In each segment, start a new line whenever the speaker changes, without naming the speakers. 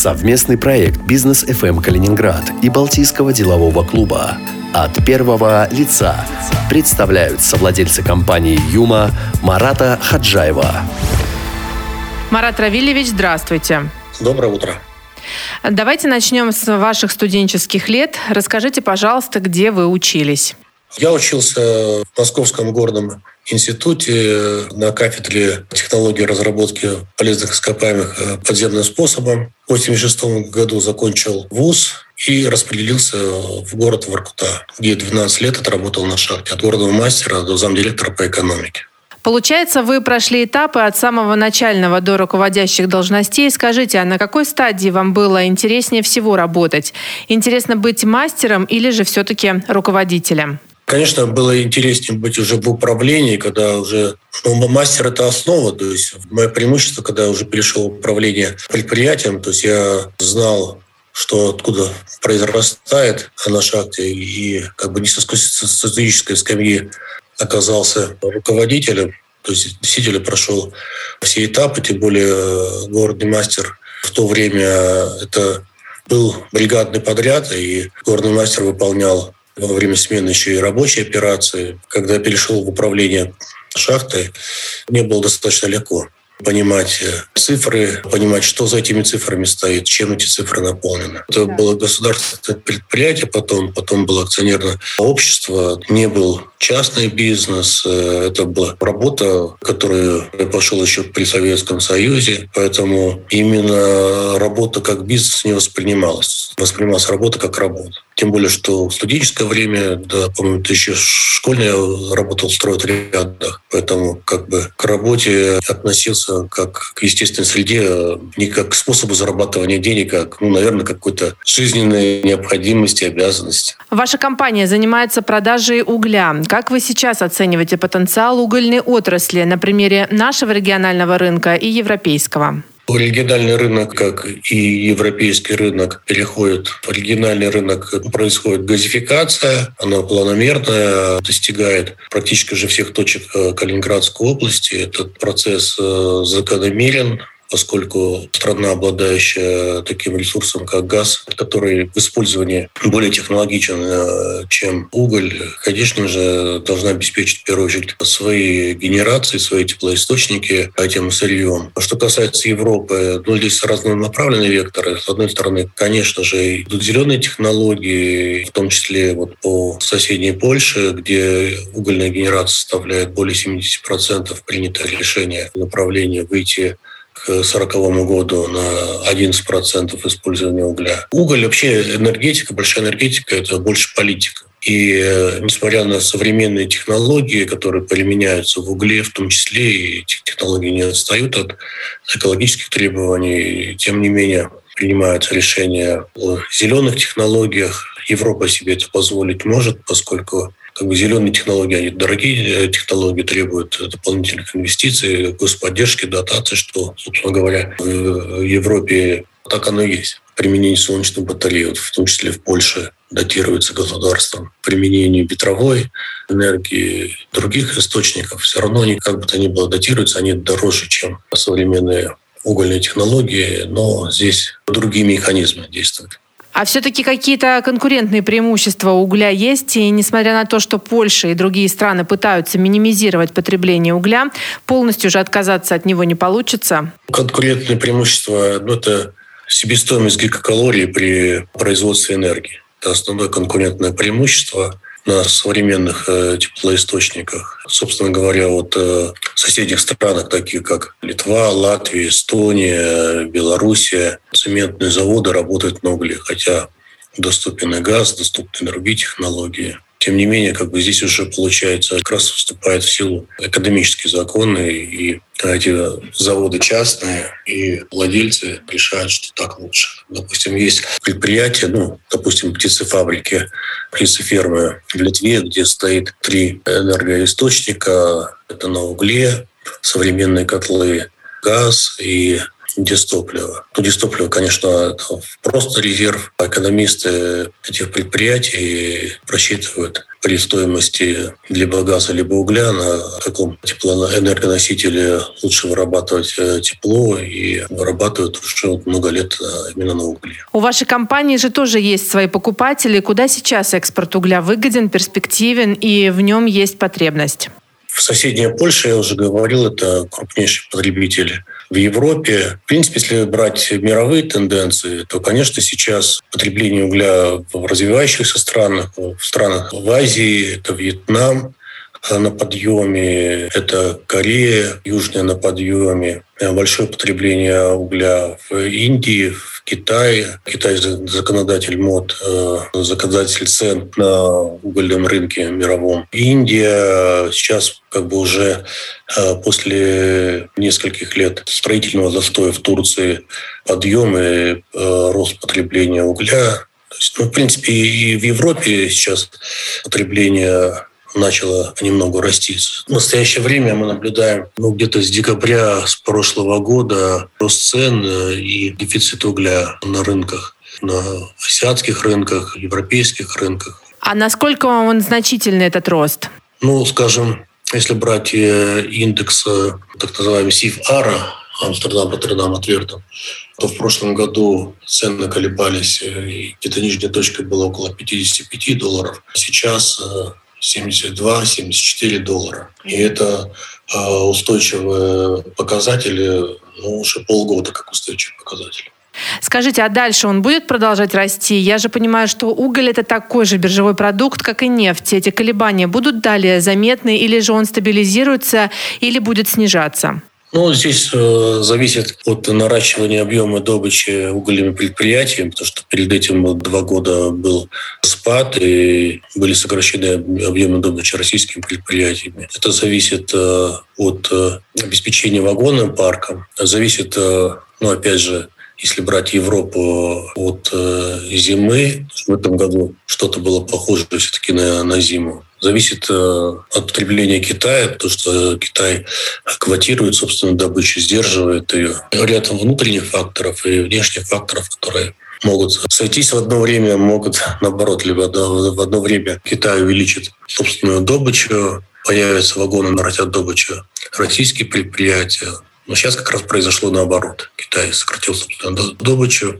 Совместный проект «Бизнес ФМ Калининград» и Балтийского делового клуба от первого лица представляют совладельцы компании «Юма» Марата Хаджаева.
Марат Равильевич, здравствуйте.
Доброе утро.
Давайте начнем с ваших студенческих лет. Расскажите, пожалуйста, где вы учились?
Я учился в Московском горном институте на кафедре технологии разработки полезных ископаемых подземным способом. В 1986 году закончил вуз и распределился в город Воркута, где 12 лет отработал на шахте от горного мастера до замдиректора по экономике.
Получается, вы прошли этапы от самого начального до руководящих должностей. Скажите, а на какой стадии вам было интереснее всего работать? Интересно быть мастером или же все-таки руководителем?
Конечно, было интереснее быть уже в управлении, когда уже мастер – это основа. То есть мое преимущество, когда я уже перешел в управление предприятием, то есть я знал, что откуда произрастает на шахте, и как бы не со стратегической скамьи оказался руководителем. То есть действительно прошел все этапы, тем более горный мастер в то время это был бригадный подряд, и горный мастер выполнял во время смены еще и рабочие операции. Когда я перешел в управление шахтой, мне было достаточно легко понимать цифры, понимать, что за этими цифрами стоит, чем эти цифры наполнены. Это было государственное предприятие, потом было акционерное общество, не был частный бизнес. Это была работа, которую я пошел еще при Советском Союзе, поэтому именно работа как бизнес не воспринималась. Воспринималась работа как работа. Тем более, что в студенческое время, да, по-моему, еще школьно я работал в стройотрядах, поэтому как бы к работе относился как к естественной среде, не как к способу зарабатывания денег, а, наверное, какой-то жизненной необходимости, обязанности.
Ваша компания занимается продажей угля. Как вы сейчас оцениваете потенциал угольной отрасли на примере нашего регионального рынка и европейского?
Региональный рынок, как и европейский рынок, переходит в региональный рынок, происходит газификация, она планомерная, достигает практически же всех точек Калининградской области. Этот процесс закономерен, поскольку страна, обладающая таким ресурсом, как газ, который в использовании более технологичен, чем уголь, конечно же, должна обеспечить, в первую очередь, свои генерации, свои теплоисточники этим сырьем. Что касается Европы, здесь разнонаправленные векторы. С одной стороны, конечно же, идут зеленые технологии, в том числе по соседней Польше, где угольная генерация составляет более 70%, принято решение в направлении выйти к 1940 году на 11% использования угля. Уголь, вообще энергетика, большая энергетика – это больше политика. И несмотря на современные технологии, которые применяются в угле, в том числе, и эти технологии не отстают от экологических требований, тем не менее принимаются решения о зеленых технологиях. Европа себе это позволить может, поскольку зеленые технологии, они дорогие технологии, требуют дополнительных инвестиций, господдержки, дотаций, что, собственно говоря, в Европе так оно и есть. Применение солнечных батарей, в том числе в Польше, датируется государством. Применение ветровой энергии, других источников, все равно они, как бы то ни было, датируются, они дороже, чем современные угольные технологии, но здесь другие механизмы действуют.
А все-таки какие-то конкурентные преимущества угля есть? И несмотря на то, что Польша и другие страны пытаются минимизировать потребление угля, полностью же отказаться от него не получится?
Конкурентные преимущества – это себестоимость гигакалорий при производстве энергии. Это основное конкурентное преимущество на современных теплоисточниках. Собственно говоря, в соседних странах, таких как Литва, Латвия, Эстония, Белоруссия, цементные заводы работают на угле, хотя доступен и газ, доступны другие технологии. Тем не менее, здесь уже, получается, как раз вступает в силу экономические законы, и эти заводы частные, и владельцы решают, что так лучше. Допустим, есть предприятия, допустим, птицефабрики, птицефермы в Литве, где стоит 3 энергоисточника. Это на угле, современные котлы, газ и дистопливо. Дистопливо, конечно, это просто резерв. Экономисты этих предприятий просчитывают при стоимости либо газа, либо угля, на каком теплоэнергоносителе лучше вырабатывать тепло, и вырабатывают уже много лет именно на угле.
У вашей компании же тоже есть свои покупатели. Куда сейчас экспорт угля выгоден, перспективен и в нем есть потребность?
В соседней Польше, я уже говорил, это крупнейший потребитель в Европе. В принципе, если брать мировые тенденции, то, конечно, сейчас потребление угля в развивающихся странах, в Азии, это Вьетнам на подъеме, это Корея, Южная на подъеме. Большое потребление угля в Индии, в Китае. Китай законодатель МОД, законодатель цен на угольном рынке мировом. Индия сейчас уже после нескольких лет строительного застоя в Турции подъем и рост потребления угля. То есть, в принципе, и в Европе сейчас потребление начало немного расти. В настоящее время мы наблюдаем где-то с декабря с прошлого года рост цен и дефицит угля на рынках, на азиатских рынках, европейских рынках.
А насколько он значительный, этот рост?
Скажем, если брать индекс, так называемый СИФ-АРА, Амстердам, Роттердам, Антверпен, то в прошлом году цены колебались, и где-то нижняя точка была около $55. Сейчас $72-74. И это устойчивые показатели, уже полгода как устойчивые показатели.
Скажите, а дальше он будет продолжать расти? Я же понимаю, что уголь – это такой же биржевой продукт, как и нефть. Эти колебания будут далее заметны, или же он стабилизируется, или будет снижаться?
Здесь зависит от наращивания объема добычи угольными предприятиями, потому что перед этим 2 года был спад и были сокращены объемы добычи российскими предприятиями. Это зависит от обеспечения вагонным парком, зависит, опять же, если брать Европу от зимы, в этом году что-то было похоже все-таки на зиму. Зависит от потребления Китая, потому что Китай квотирует собственную добычу, сдерживает ее. Ряд внутренних факторов и внешних факторов, которые могут сойтись в одно время, могут наоборот, либо в одно время Китай увеличит собственную добычу, появятся вагоны, нарастят добычу российские предприятия. Но сейчас как раз произошло наоборот. Китай сократил собственную добычу.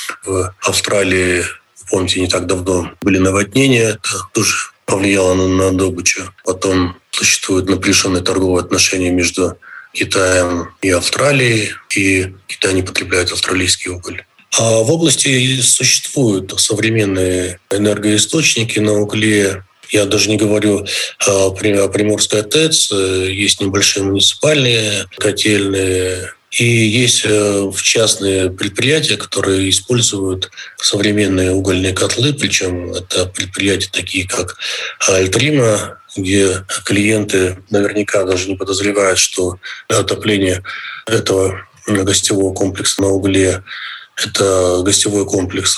В Австралии, помните, не так давно были наводнения, это тоже повлияло на добычу. Потом существуют напряженные торговые отношения между Китаем и Австралией, и Китай не потребляет австралийский уголь. А в области существуют современные энергоисточники на угле. Я даже не говорю о Приморской ТЭЦ, есть небольшие муниципальные котельные, и есть частные предприятия, которые используют современные угольные котлы, причем это предприятия такие, как Альтрима, где клиенты наверняка даже не подозревают, что отопление этого гостевого комплекса на угле – это гостевой комплекс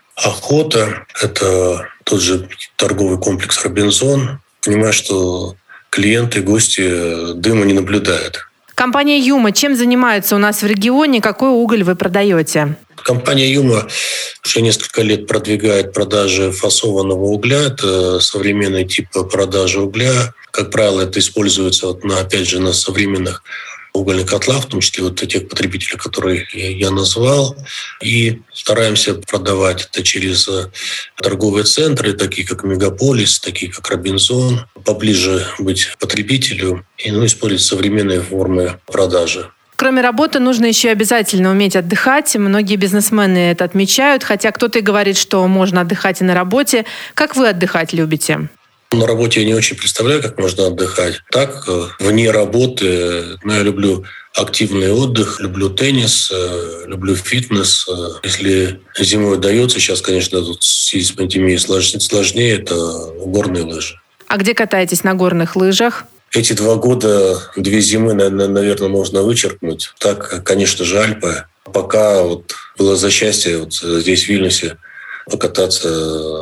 «Охота», это тот же торговый комплекс «Робинзон». Понимаю, что клиенты, гости дыма не наблюдают.
Компания «Юма» чем занимается у нас в регионе? Какой уголь вы продаете?
Компания «Юма» уже несколько лет продвигает продажи фасованного угля. Это современный тип продажи угля. Как правило, это используется опять же на современных угольных котлах, в том числе тех потребителей, которые я назвал. И стараемся продавать это через торговые центры, такие как Мегаполис, такие как Робинзон, поближе быть потребителю и использовать современные формы продажи.
Кроме работы, нужно еще обязательно уметь отдыхать. Многие бизнесмены это отмечают, хотя кто-то и говорит, что можно отдыхать и на работе. Как вы отдыхать любите?
На работе я не очень представляю, как можно отдыхать. Так, вне работы, я люблю активный отдых, люблю теннис, люблю фитнес. Если зимой удается, сейчас, конечно, тут с пандемией сложнее, это горные лыжи.
А где катаетесь на горных лыжах?
Эти 2 года, 2 зимы, наверное, можно вычеркнуть. Так, конечно же, Альпы. Пока было за счастье здесь, в Вильнюсе, покататься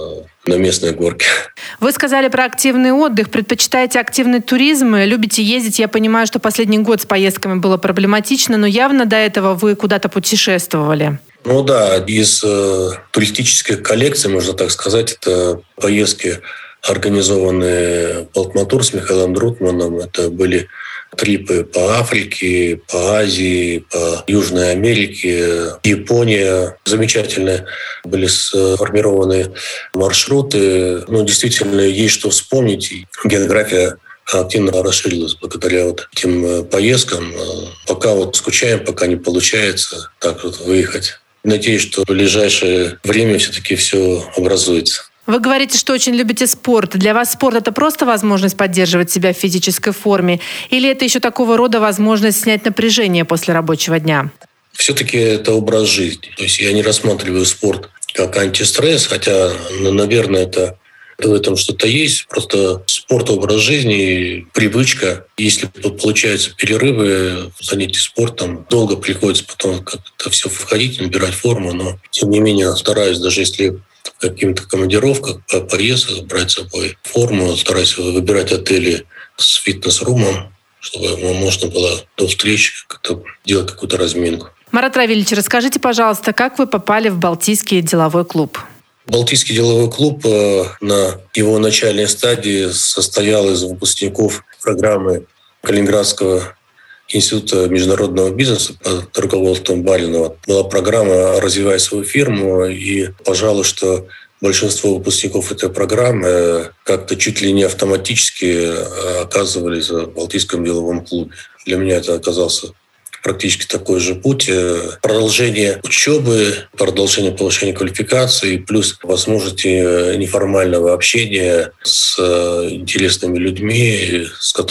на местной горке.
Вы сказали про активный отдых. Предпочитаете активный туризм? Любите ездить? Я понимаю, что последний год с поездками было проблематично, но явно до этого вы куда-то путешествовали.
Ну да, из туристических коллекций, можно так сказать, это поездки, организованные Балтматур с Михаилом Друкманом. Это были трипы по Африке, по Азии, по Южной Америке, Япония. Замечательные были сформированы маршруты. Действительно, есть что вспомнить. География активно расширилась благодаря этим поездкам. Пока скучаем, пока не получается так выехать. Надеюсь, что в ближайшее время все-таки все образуется.
Вы говорите, что очень любите спорт. Для вас спорт – это просто возможность поддерживать себя в физической форме? Или это еще такого рода возможность снять напряжение после рабочего дня?
Все-таки это образ жизни. То есть я не рассматриваю спорт как антистресс, хотя, наверное, в этом что-то есть. Просто спорт – образ жизни, привычка. Если получаются перерывы, занятия спортом, долго приходится потом как-то все входить, набирать форму. Но, тем не менее, стараюсь, даже если в каких-то командировках, по поездках брать с собой форму, стараюсь выбирать отели с фитнес-румом, чтобы можно было до встречи как-то делать какую-то разминку.
Марат Равильевич, расскажите, пожалуйста, как вы попали в Балтийский деловой клуб?
Балтийский деловой клуб на его начальной стадии состоял из выпускников программы Калининградского института международного бизнеса под руководством Баринова. Была программа «Развивай свою фирму», и, пожалуй, что большинство выпускников этой программы как-то чуть ли не автоматически оказывались в Балтийском деловом клубе. Для меня это оказался практически такой же путь. Продолжение учебы, продолжение повышения квалификации, плюс возможности неформального общения с интересными людьми,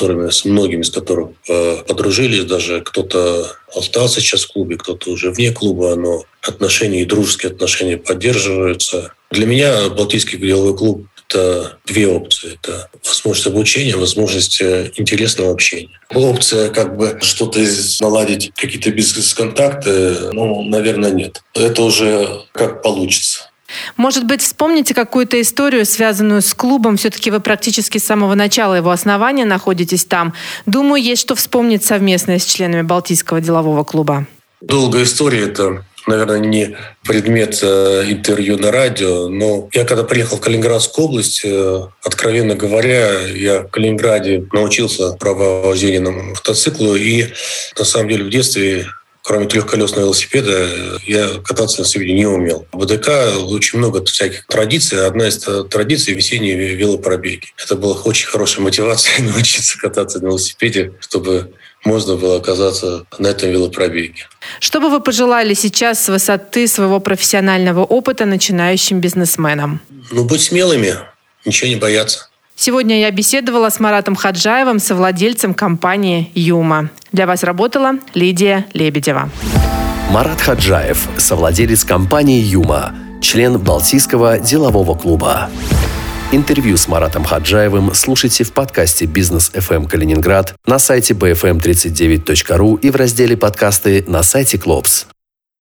с многими из которых подружились. Даже кто-то остался сейчас в клубе, кто-то уже вне клуба, но дружеские отношения поддерживаются. Для меня Балтийский деловой клуб — это две опции. Это возможность обучения, возможность интересного общения. Опция что-то наладить, какие-то бизнес-контакты, наверное, нет. Это уже как получится.
Может быть, вспомните какую-то историю, связанную с клубом. Все-таки вы практически с самого начала его основания находитесь там. Думаю, есть что вспомнить совместно с членами Балтийского делового клуба.
Долгая история — это, наверное, не предмет интервью на радио, но я когда приехал в Калининградскую область, откровенно говоря, я в Калининграде научился правовождению мотоциклу, и на самом деле в детстве, кроме трехколесного велосипеда, я кататься на велосипеде не умел. В БДК очень много всяких традиций. Одна из традиций — весенние велопробеги. Это была очень хорошая мотивация научиться кататься на велосипеде, чтобы можно было оказаться на этом велопробеге.
Что бы вы пожелали сейчас с высоты своего профессионального опыта начинающим бизнесменам?
Быть смелыми, ничего не бояться.
Сегодня я беседовала с Маратом Хаджаевым, совладельцем компании «Юма». Для вас работала Лидия Лебедева.
Марат Хаджаев, совладелец компании «Юма», член Балтийского делового клуба. Интервью с Маратом Хаджаевым слушайте в подкасте «Бизнес FM Калининград», на сайте bfm39.ru и в разделе «Подкасты» на сайте Клопс.